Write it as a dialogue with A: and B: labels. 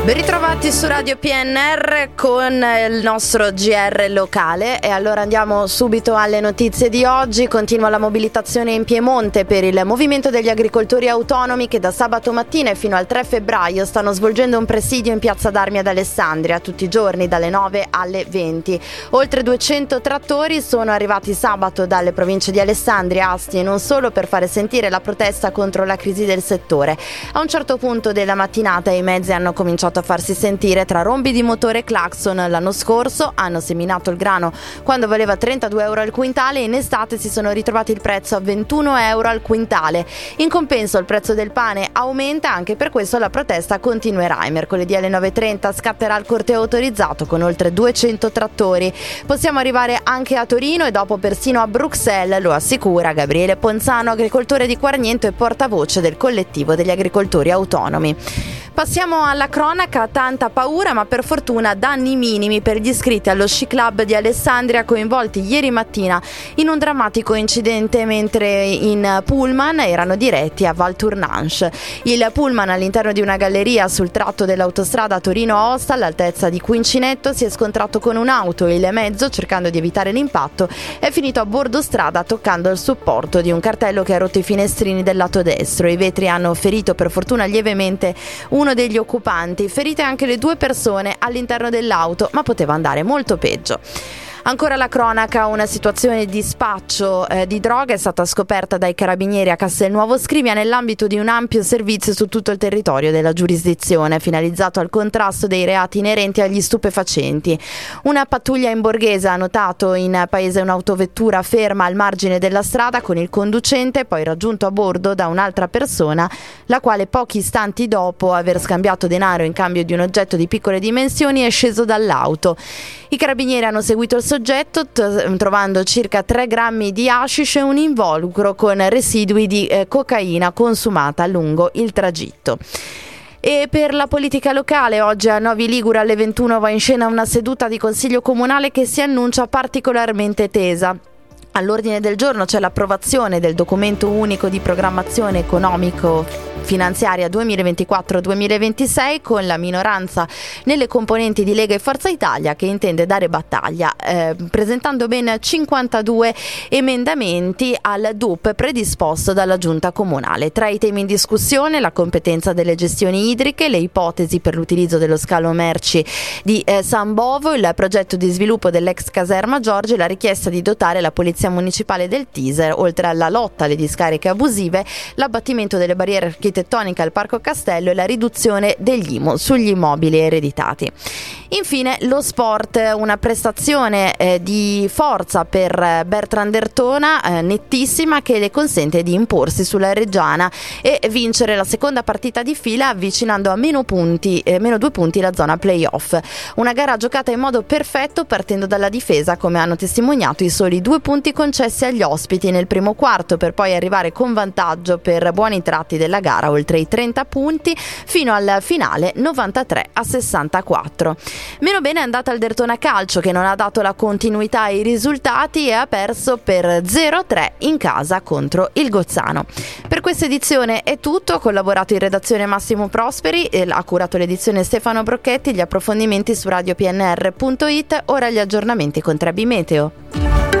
A: Ben ritrovati su Radio PNR con il nostro GR locale e allora andiamo subito alle notizie di oggi. Continua la mobilitazione in Piemonte per il movimento degli agricoltori autonomi che da sabato mattina e fino al 3 febbraio stanno svolgendo un presidio in Piazza d'Armi ad Alessandria tutti i giorni dalle 9 alle 20. Oltre 200 trattori sono arrivati sabato dalle province di Alessandria, Asti e non solo per fare sentire la protesta contro la crisi del settore. A un certo punto della mattinata i mezzi hanno cominciato a farsi sentire tra rombi di motore e clacson. L'anno scorso hanno seminato il grano quando valeva 32 euro al quintale e in estate si sono ritrovati il prezzo a 21 euro al quintale. In compenso il prezzo del pane aumenta, anche per questo la protesta continuerà. E mercoledì alle 9:30 scatterà il corteo autorizzato con oltre 200 trattori. Possiamo arrivare anche a Torino e dopo persino a Bruxelles, lo assicura Gabriele Ponzano, agricoltore di Quarniento e portavoce del collettivo degli agricoltori autonomi. Passiamo alla cronaca, tanta paura ma per fortuna danni minimi per gli iscritti allo sci club di Alessandria coinvolti ieri mattina in un drammatico incidente mentre in pullman erano diretti a Val Tournanche. Il pullman all'interno di una galleria sul tratto dell'autostrada Torino-Aosta all'altezza di Quincinetto si è scontrato con un'auto e il mezzo, cercando di evitare l'impatto, è finito a bordo strada toccando il supporto di un cartello che ha rotto i finestrini del lato destro. I vetri hanno ferito per fortuna lievemente uno degli occupanti, ferite anche le due persone all'interno dell'auto, ma poteva andare molto peggio. Ancora la cronaca, una situazione di spaccio di droga è stata scoperta dai carabinieri a Castelnuovo Scrivia nell'ambito di un ampio servizio su tutto il territorio della giurisdizione, finalizzato al contrasto dei reati inerenti agli stupefacenti. Una pattuglia in Borghese ha notato in paese un'autovettura ferma al margine della strada con il conducente, poi raggiunto a bordo da un'altra persona, la quale pochi istanti dopo aver scambiato denaro in cambio di un oggetto di piccole dimensioni è sceso dall'auto. I carabinieri hanno seguito il soggetto trovando circa 3 grammi di hashish e un involucro con residui di cocaina consumata lungo il tragitto. E per la politica locale, oggi a Novi Ligure alle 21 va in scena una seduta di consiglio comunale che si annuncia particolarmente tesa. All'ordine del giorno c'è l'approvazione del documento unico di programmazione economico-finanziaria 2024-2026 con la minoranza nelle componenti di Lega e Forza Italia che intende dare battaglia presentando ben 52 emendamenti al DUP predisposto dalla Giunta Comunale. Tra i temi in discussione la competenza delle gestioni idriche, le ipotesi per l'utilizzo dello scalo merci di San Bovo, il progetto di sviluppo dell'ex caserma Giorgi e la richiesta di dotare la Polizia Municipale del Teaser, oltre alla lotta alle discariche abusive, l'abbattimento delle barriere architettoniche al Parco Castello e la riduzione degli IMU sugli immobili ereditati. Infine lo sport, una prestazione di forza per Bertrand Ertona nettissima che le consente di imporsi sulla Reggiana e vincere la seconda partita di fila avvicinando a meno 2 punti la zona playoff. Una gara giocata in modo perfetto partendo dalla difesa, come hanno testimoniato i soli 2 punti concessi agli ospiti nel primo quarto per poi arrivare con vantaggio per buoni tratti della gara oltre i 30 punti fino al finale 93-64. Meno bene è andata il Dertona Calcio che non ha dato la continuità ai risultati e ha perso per 0-3 in casa contro il Gozzano. Per questa edizione è tutto, ha collaborato in redazione Massimo Prosperi, ha curato l'edizione Stefano Brocchetti, gli approfondimenti su radiopnr.it, ora gli aggiornamenti con Trebi Meteo.